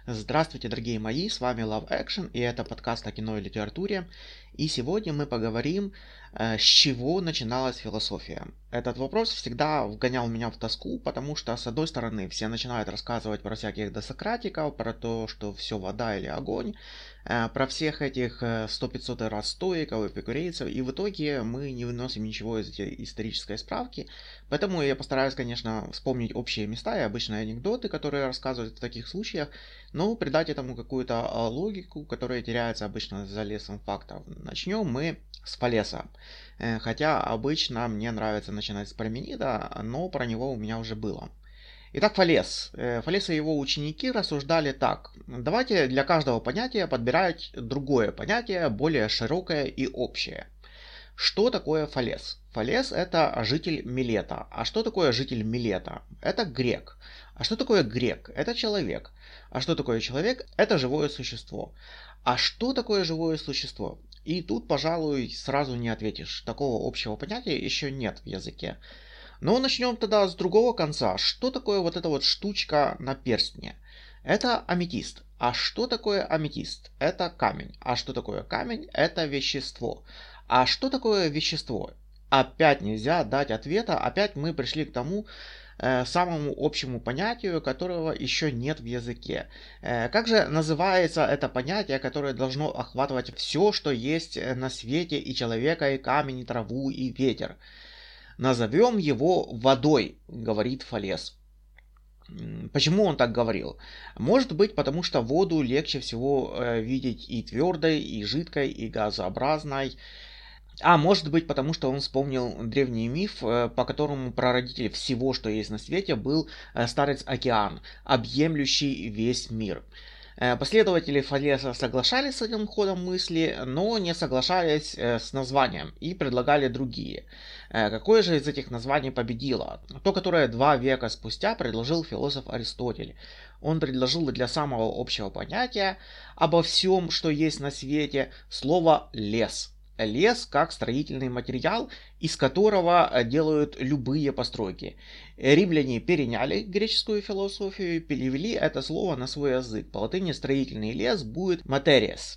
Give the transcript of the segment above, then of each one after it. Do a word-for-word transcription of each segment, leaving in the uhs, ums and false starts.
Здравствуйте, дорогие мои, с вами Love Action, и это подкаст о кино и литературе. И сегодня мы поговорим, э, с чего начиналась философия. Этот вопрос всегда вгонял меня в тоску, потому что, с одной стороны, все начинают рассказывать про всяких досократиков, про то, что все вода или огонь, э, про всех этих э, сто пятьсот раз стоиков, эпикурейцев, и в итоге мы не выносим ничего из этой исторической справки. Поэтому я постараюсь, конечно, вспомнить общие места и обычные анекдоты, которые рассказывают в таких случаях, но придать этому какую-то а, логику, которая теряется обычно за лесом фактов. Начнем мы с Фалеса. Э, Хотя обычно мне нравится начинать с Парменида, но про него у меня уже было. Итак, Фалес. Э, Фалес и его ученики рассуждали так. Давайте для каждого понятия подбирать другое понятие, более широкое и общее. Что такое Фалес? Фалес — это житель Милета. А что такое житель Милета? Это грек. А что такое грек? Это человек. А что такое человек? Это живое существо. А что такое живое существо? И тут, пожалуй, сразу не ответишь. Такого общего понятия еще нет в языке. Но начнем тогда с другого конца. Что такое вот эта вот штучка на перстне? Это аметист. А что такое аметист? Это камень. А что такое камень? Это вещество. А что такое вещество? Опять нельзя дать ответа. Опять мы пришли к тому э, самому общему понятию, которого еще нет в языке. Э, как же называется это понятие, которое должно охватывать все, что есть на свете, и человека, и камень, и траву, и ветер? Назовем его водой, говорит Фалес. Почему он так говорил? Может быть, потому что воду легче всего э, видеть и твердой, и жидкой, и газообразной. А может быть, потому что он вспомнил древний миф, э, по которому прародитель всего, что есть на свете, был э, старец Океан, объемлющий весь мир. Э, Последователи Фалеса соглашались с этим ходом мысли, но не соглашались э, с названием и предлагали другие. Э, Какое же из этих названий победило? То, которое два века спустя предложил философ Аристотель. Он предложил для самого общего понятия обо всем, что есть на свете, слово «лес». Лес как строительный материал, из которого делают любые постройки. Римляне переняли греческую философию и перевели это слово на свой язык. По латыни строительный лес будет materias.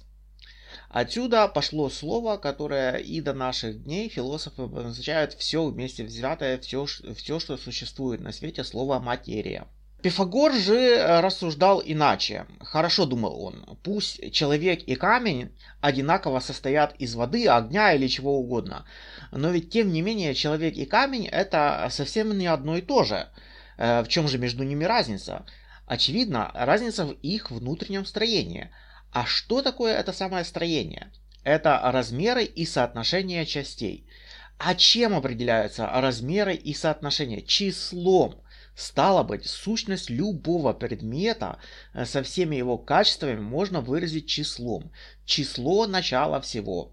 Отсюда пошло слово, которое и до наших дней философы обозначают все вместе взятое, все, все, что существует на свете, слово материя. Пифагор же рассуждал иначе. Хорошо, думал он, пусть человек и камень одинаково состоят из воды, огня или чего угодно. Но ведь тем не менее человек и камень это совсем не одно и то же. В чем же между ними разница? Очевидно, разница в их внутреннем строении. А что такое это самое строение? Это размеры и соотношение частей. А чем определяются размеры и соотношения? Числом. Стало быть, сущность любого предмета со всеми его качествами можно выразить числом. Число – начало всего.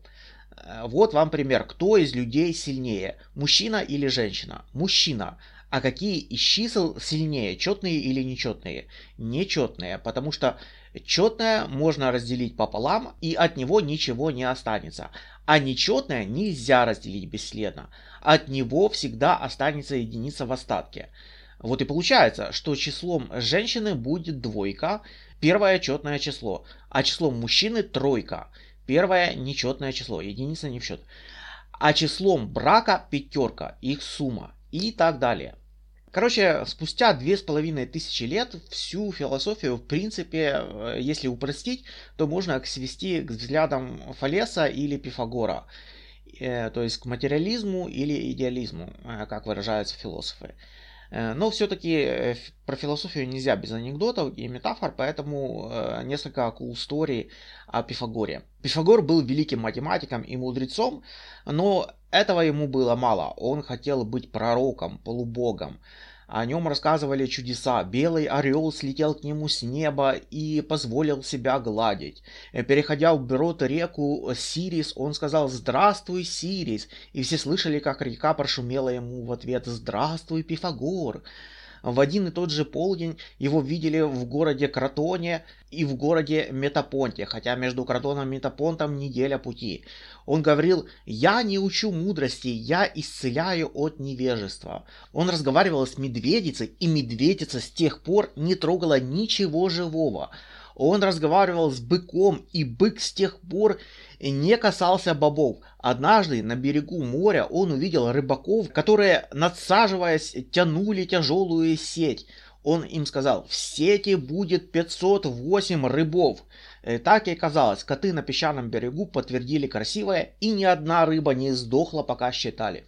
Вот вам пример. Кто из людей сильнее? Мужчина или женщина? Мужчина. А какие из чисел сильнее? Четные или нечетные? Нечетные, потому что четное можно разделить пополам, и от него ничего не останется. А нечетное нельзя разделить бесследно. От него всегда останется единица в остатке. Вот и получается, что числом женщины будет двойка, первое четное число, а числом мужчины тройка, первое нечетное число, единица не в счет. А числом брака пятерка, их сумма и так далее. Короче, спустя две с половиной тысячи лет всю философию, в принципе, если упростить, то можно свести к взглядам Фалеса или Пифагора, то есть к материализму или идеализму, как выражаются философы. Но все-таки про философию нельзя без анекдотов и метафор, поэтому несколько cool story о Пифагоре. Пифагор был великим математиком и мудрецом, но этого ему было мало. Он хотел быть пророком, полубогом. О нем рассказывали чудеса. Белый орел слетел к нему с неба и позволил себя гладить. Переходя вброд реку Сирис, он сказал «Здравствуй, Сирис!» И все слышали, как река прошумела ему в ответ «Здравствуй, Пифагор!» В один и тот же полдень его видели в городе Кротоне и в городе Метапонте, хотя между Кротоном и Метапонтом неделя пути. Он говорил: «Я не учу мудрости, я исцеляю от невежества». Он разговаривал с медведицей, и медведица с тех пор не трогала ничего живого. Он разговаривал с быком, и бык с тех пор не касался бобов. Однажды на берегу моря он увидел рыбаков, которые, надсаживаясь, тянули тяжелую сеть. Он им сказал: в сети будет пятьсот восемь рыбов. Так и казалось, коты на песчаном берегу подтвердили красивое, и ни одна рыба не сдохла, пока считали.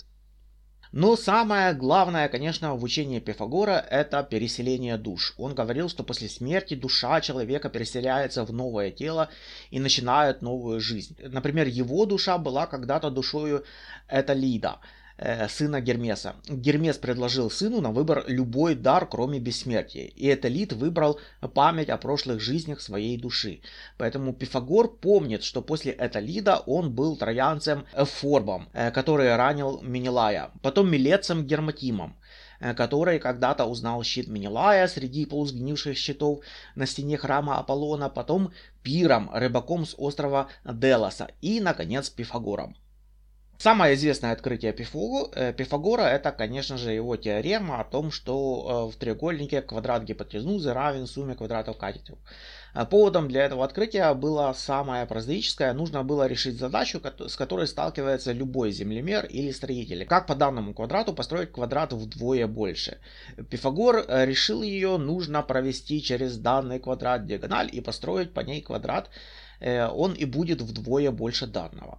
Но самое главное, конечно, в учении Пифагора – это переселение душ. Он говорил, что после смерти душа человека переселяется в новое тело и начинает новую жизнь. Например, его душа была когда-то душою Этолида, сына Гермеса. Гермес предложил сыну на выбор любой дар, кроме бессмертия, и Этолид выбрал память о прошлых жизнях своей души. Поэтому Пифагор помнит, что после Этолида он был троянцем Эфорбом, который ранил Менелая, потом Милецем Герматимом, который когда-то узнал щит Менелая среди полусгнивших щитов на стене храма Аполлона, потом Пиром, рыбаком с острова Делоса, и, наконец, Пифагором. Самое известное открытие Пифагора – это, конечно же, его теорема о том, что в треугольнике квадрат гипотенузы равен сумме квадратов катетов. Поводом для этого открытия было самое прозаическое. Нужно было решить задачу, с которой сталкивается любой землемер или строитель. Как по данному квадрату построить квадрат вдвое больше. Пифагор решил ее: нужно провести через данный квадрат диагональ и построить по ней квадрат. Он и будет вдвое больше данного.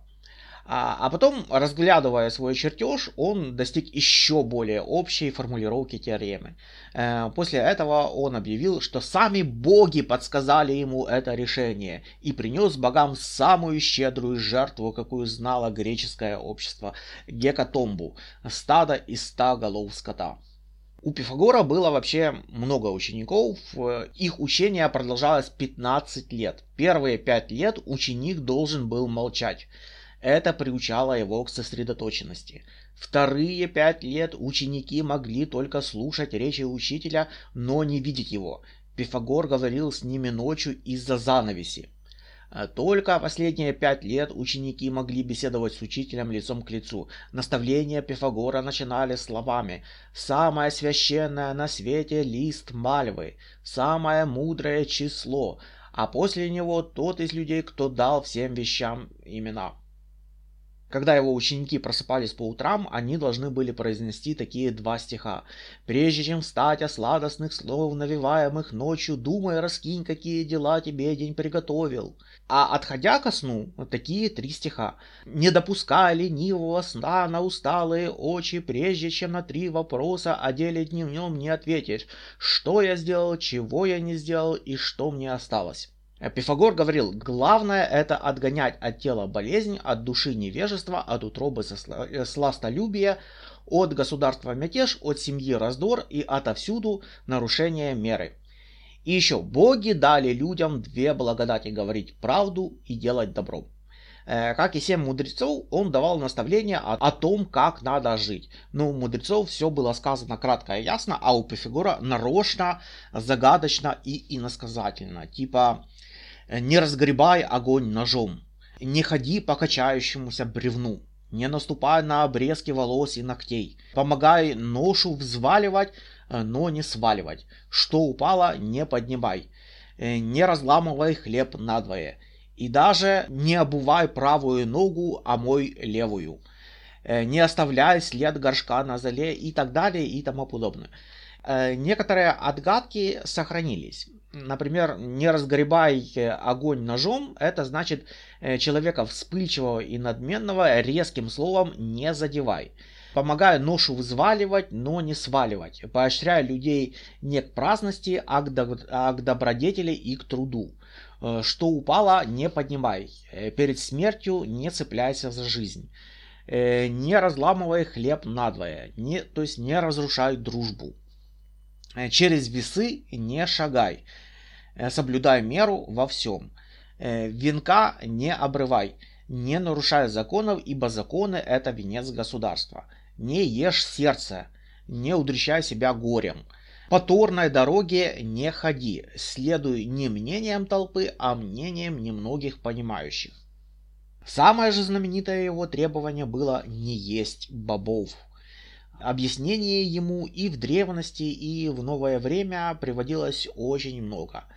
А потом, разглядывая свой чертеж, он достиг еще более общей формулировки теоремы. После этого он объявил, что сами боги подсказали ему это решение, и принес богам самую щедрую жертву, какую знало греческое общество – гекатомбу – стадо из ста голов скота. У Пифагора было вообще много учеников, их учение продолжалось пятнадцать лет. Первые пять лет ученик должен был молчать. Это приучало его к сосредоточенности. Вторые пять лет ученики могли только слушать речи учителя, но не видеть его. Пифагор говорил с ними ночью из-за занавеси. Только последние пять лет ученики могли беседовать с учителем лицом к лицу. Наставления Пифагора начинали словами: «Самое священное на свете лист мальвы, самое мудрое число», а после него тот из людей, кто дал всем вещам имена. Когда его ученики просыпались по утрам, они должны были произнести такие два стиха: «Прежде чем встать от сладостных слов, навеваемых ночью, думай, раскинь, какие дела тебе день приготовил». А отходя ко сну, вот такие три стиха: «Не допускай ленивого сна на усталые очи, прежде чем на три вопроса о деле дневном не ответишь: что я сделал, чего я не сделал и что мне осталось». Пифагор говорил: главное это отгонять от тела болезнь, от души невежество, от утробы сластолюбие, от государства мятеж, от семьи раздор и отовсюду нарушение меры. И еще: боги дали людям две благодати: говорить правду и делать добро. Как и семь мудрецов, он давал наставления о, о том, как надо жить. Но у мудрецов все было сказано кратко и ясно, а у Пифагора нарочно, загадочно и иносказательно. Типа: не разгребай огонь ножом, не ходи по качающемуся бревну, не наступай на обрезки волос и ногтей, помогай ношу взваливать, но не сваливать, что упало, не поднимай, не разламывай хлеб надвое, и даже не обувай правую ногу, а мой левую, не оставляй след горшка на золе и так далее и тому подобное. Некоторые отгадки сохранились. Например, не разгребай огонь ножом, это значит человека вспыльчивого и надменного резким словом не задевай. Помогай ношу взваливать, но не сваливать. Поощряй людей не к праздности, а к, до... а к добродетели и к труду. Что упало, не поднимай. Перед смертью не цепляйся за жизнь. Не разламывай хлеб надвое, не... то есть не разрушай дружбу. Через весы не шагай, соблюдай меру во всем. Венка не обрывай, не нарушай законов, ибо законы – это венец государства. Не ешь сердце, не удручай себя горем. По торной дороге не ходи, следуй не мнением толпы, а мнением немногих понимающих. Самое же знаменитое его требование было не есть бобов. Объяснений ему и в древности, и в новое время приводилось очень много.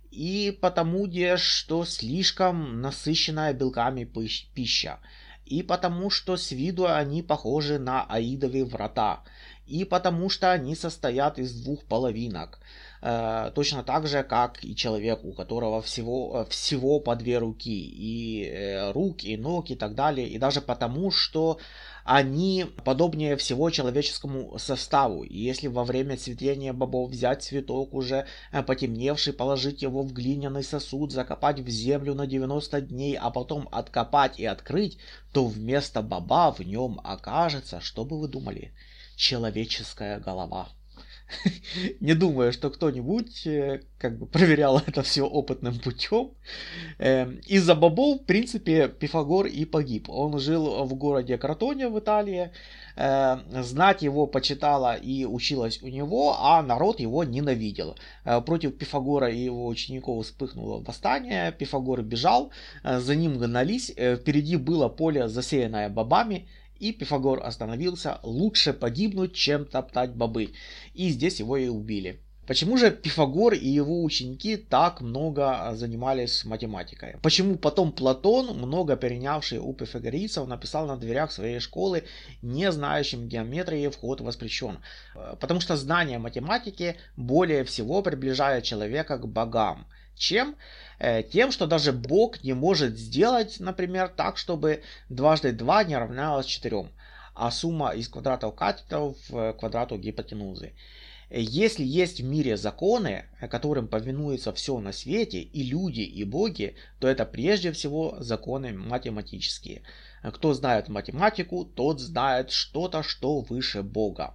и потому, де, что слишком насыщенная белками пищ- пища, и потому, что с виду они похожи на аидовые врата, и потому, что они состоят из двух половинок, э, точно так же, как и человек, у которого всего, всего по две руки, и э, рук, и ног, и так далее, и даже потому, что они подобнее всего человеческому составу. И если во время цветения бобов взять цветок уже э, потемневший, положить его в глиняный сосуд, закопать в землю на девяносто дней, а потом откопать и открыть, то вместо боба в нем окажется, что бы вы думали, человеческая голова. Не думаю, что кто-нибудь э, как бы проверял это все опытным путем. Э, из-за бобов, в принципе, Пифагор и погиб. Он жил в городе Кротоне в Италии. Э, знать его почитала и училась у него, а народ его ненавидел. Э, против Пифагора и его учеников вспыхнуло восстание. Пифагор бежал, э, за ним гнались. Э, впереди было поле, засеянное бобами. И Пифагор остановился: лучше погибнуть, чем топтать бобы. И здесь его и убили. Почему же Пифагор и его ученики так много занимались математикой? Почему потом Платон, много перенявший у пифагорейцев, написал на дверях своей школы: не знающим геометрии вход воспрещен? Потому что знание математики более всего приближает человека к богам. Чем? Тем, что даже Бог не может сделать, например, так, чтобы дважды два не равнялось четырем, а сумма из квадратов катетов в квадрату гипотенузы. Если есть в мире законы, которым повинуется все на свете, и люди, и боги, то это прежде всего законы математические. Кто знает математику, тот знает что-то, что выше Бога.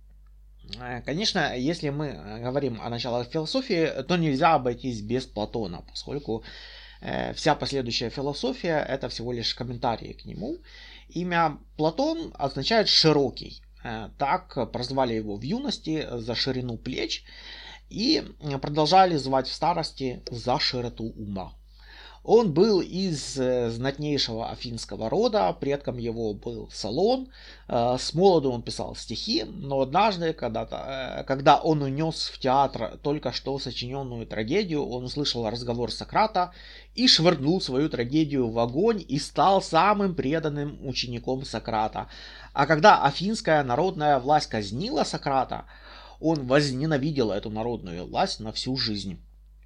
Конечно, если мы говорим о началах философии, то нельзя обойтись без Платона, поскольку вся последующая философия — это всего лишь комментарии к нему. Имя Платон означает «широкий». Так прозвали его в юности за ширину плеч и продолжали звать в старости за широту ума. Он был из знатнейшего афинского рода, предком его был Солон. С молоду он писал стихи, но однажды, когда, когда он унес в театр только что сочиненную трагедию, он услышал разговор Сократа и швырнул свою трагедию в огонь и стал самым преданным учеником Сократа. А когда афинская народная власть казнила Сократа, он возненавидел эту народную власть на всю жизнь.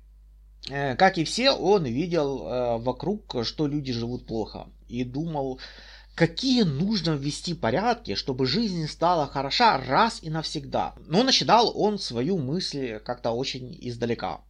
Как и все, он видел вокруг, что люди живут плохо, и думал, какие нужно ввести порядки, чтобы жизнь стала хороша раз и навсегда. Но начинал он свою мысль как-то очень издалека.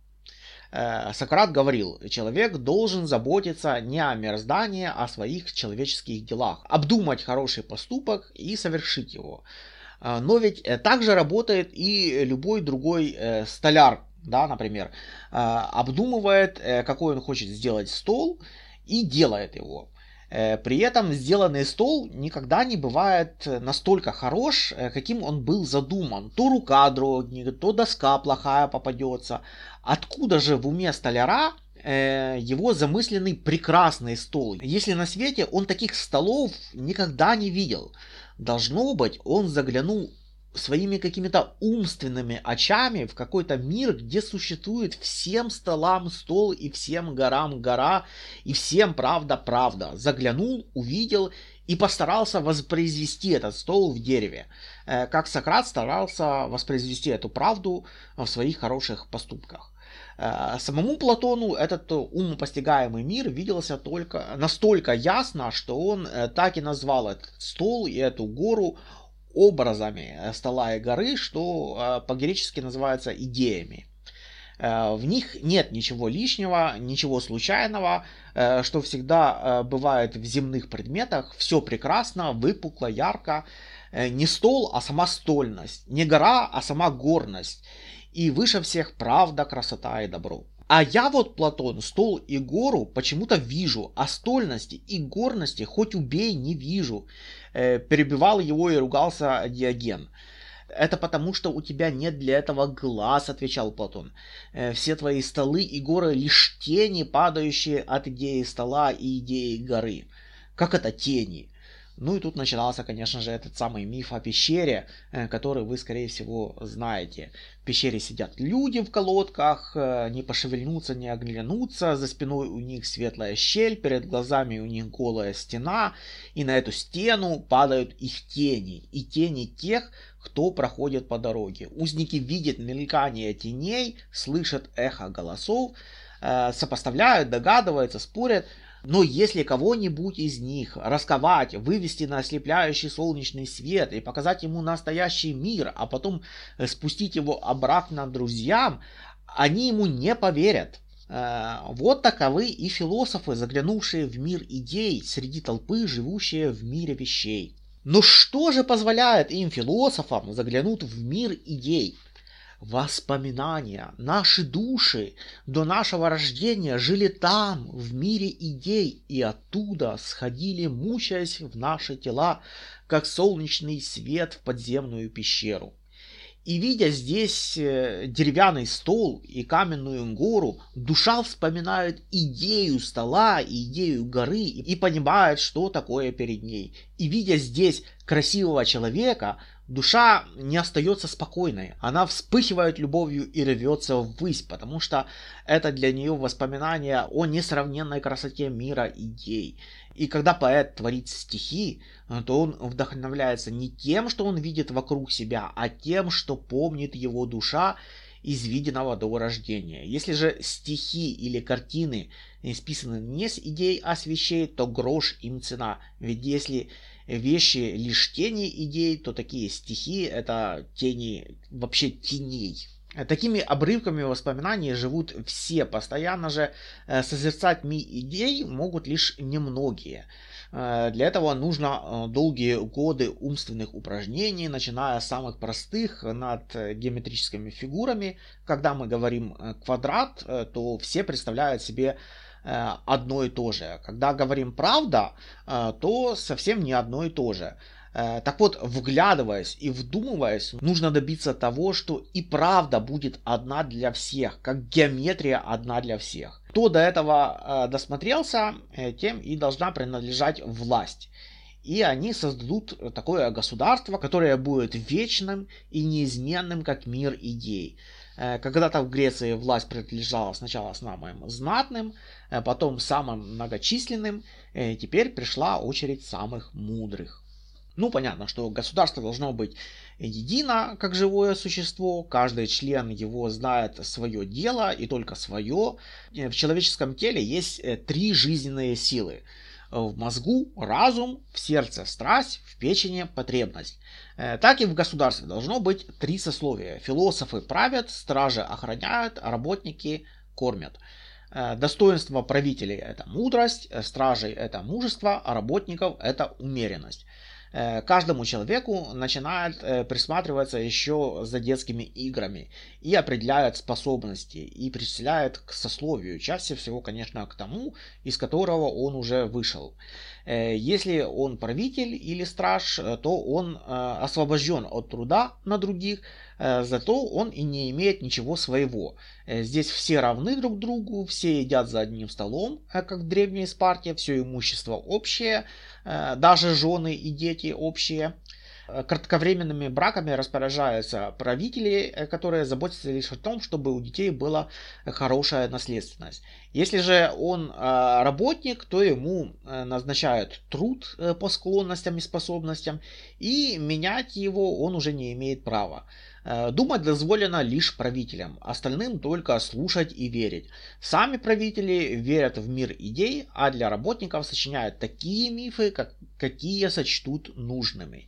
Сократ говорил: человек должен заботиться не о мироздании, а о своих человеческих делах, обдумать хороший поступок и совершить его. Но ведь так же работает и любой другой столяр. Да, например, обдумывает, какой он хочет сделать стол, и делает его. При этом сделанный стол никогда не бывает настолько хорош, каким он был задуман. То рука дрогнет, то доска плохая попадется. Откуда же в уме столяра его замысленный прекрасный стол, если на свете он таких столов никогда не видел? Должно быть, он заглянул своими какими-то умственными очами в какой-то мир, где существует всем столам стол и всем горам гора, и всем правда правда. Заглянул, увидел и постарался воспроизвести этот стол в дереве, как Сократ старался воспроизвести эту правду в своих хороших поступках. Самому Платону этот умопостигаемый мир виделся только настолько ясно, что он так и назвал этот стол и эту гору образами стола и горы, что по-гречески называется идеями. В них нет ничего лишнего, ничего случайного, что всегда бывает в земных предметах. Все прекрасно, выпукло, ярко. Не стол, а сама стольность. Не гора, а сама горность. И выше всех правда, красота и добро. А я вот, Платон, стол и гору почему-то вижу, а стольности и горности хоть убей не вижу. Э, перебивал его и ругался Диоген. Это потому, что у тебя нет для этого глаз, отвечал Платон. Э, все твои столы и горы лишь тени, падающие от идеи стола и идеи горы. Как это тени? Ну и тут начинался, конечно же, этот самый миф о пещере, который вы, скорее всего, знаете. В пещере сидят люди в колодках, не пошевельнуться, не оглянуться, за спиной у них светлая щель, перед глазами у них голая стена, и на эту стену падают их тени, и тени тех, кто проходит по дороге. Узники видят мелькание теней, слышат эхо голосов, сопоставляют, догадываются, спорят. Но если кого-нибудь из них расковать, вывести на ослепляющий солнечный свет и показать ему настоящий мир, а потом спустить его обратно друзьям, они ему не поверят. Вот таковы и философы, заглянувшие в мир идей среди толпы, живущие в мире вещей. Но что же позволяет им, философам, заглянуть в мир идей? Воспоминания. Наши души до нашего рождения жили там, в мире идей, и оттуда сходили, мучаясь в наши тела, как солнечный свет в подземную пещеру. И видя здесь деревянный стол и каменную гору, душа вспоминает идею стола и идею горы и понимает, что такое перед ней. И видя здесь красивого человека, душа не остается спокойной. Она вспыхивает любовью и рвется ввысь, потому что это для нее воспоминание о несравненной красоте мира идей. И когда поэт творит стихи, то он вдохновляется не тем, что он видит вокруг себя, а тем, что помнит его душа из виденного до рождения. Если же стихи или картины списаны не с идей, а с вещей, то грош им цена. Ведь если вещи лишь тени идей, то такие стихи — это тени вообще теней. Такими обрывками воспоминаний живут все, постоянно же созерцать мир идей могут лишь немногие. Для этого нужно долгие годы умственных упражнений, начиная с самых простых над геометрическими фигурами. Когда мы говорим квадрат, то все представляют себе одно и то же. Когда говорим правда, то совсем не одно и то же. Так вот, вглядываясь и вдумываясь, нужно добиться того, что и правда будет одна для всех, как геометрия одна для всех. Кто до этого досмотрелся, тем и должна принадлежать власть. И они создадут такое государство, которое будет вечным и неизменным, как мир идей. Когда-то в Греции власть принадлежала сначала самым знатным, потом самым многочисленным, теперь пришла очередь самых мудрых. Ну, понятно, что государство должно быть едино, как живое существо. Каждый член его знает свое дело и только свое. В человеческом теле есть три жизненные силы. В мозгу разум, в сердце страсть, в печени потребность. Так и в государстве должно быть три сословия. Философы правят, стражи охраняют, работники кормят. Достоинство правителей — это мудрость, стражей — это мужество, а работников — это умеренность. Каждому человеку начинает присматриваться еще за детскими играми и определяет способности и причисляет к сословию, чаще всего, конечно, к тому, из которого он уже вышел. Если он правитель или страж, то он освобожден от труда на других, зато он и не имеет ничего своего. Здесь все равны друг другу, все едят за одним столом, как в древней Спарте, все имущество общее, даже жены и дети общие. Кратковременными браками распоряжаются правители, которые заботятся лишь о том, чтобы у детей была хорошая наследственность. Если же он работник, то ему назначают труд по склонностям и способностям, и менять его он уже не имеет права. Думать дозволено лишь правителям, остальным только слушать и верить. Сами правители верят в мир идей, а для работников сочиняют такие мифы, как, какие сочтут нужными.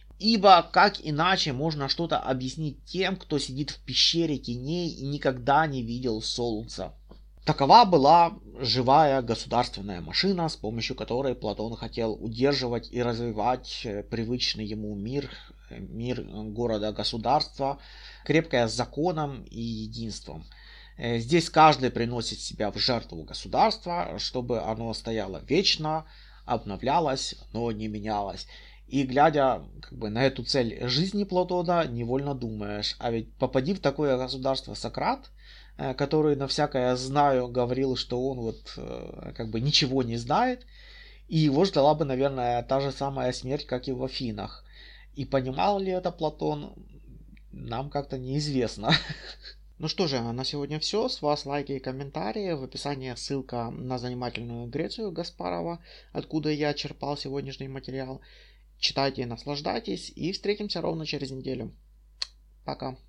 Ибо как иначе можно что-то объяснить тем, кто сидит в пещере теней и никогда не видел солнца? Такова была живая государственная машина, с помощью которой Платон хотел удерживать и развивать привычный ему мир, мир города-государства, крепкое законом и единством. Здесь каждый приносит себя в жертву государства, чтобы оно стояло вечно, обновлялось, но не менялось. И глядя как бы, на эту цель жизни Платона, невольно думаешь, а ведь попади в такое государство Сократ, который на всякое знаю говорил, что он вот как бы ничего не знает, И его ждала бы, наверное, та же самая смерть, как и в Афинах. И понимал ли это Платон, нам как-то неизвестно. Ну что же, на сегодня все. С вас лайки и комментарии. В описании ссылка на занимательную Грецию Гаспарова, откуда я черпал сегодняшний материал. Читайте и наслаждайтесь. И встретимся ровно через неделю. Пока.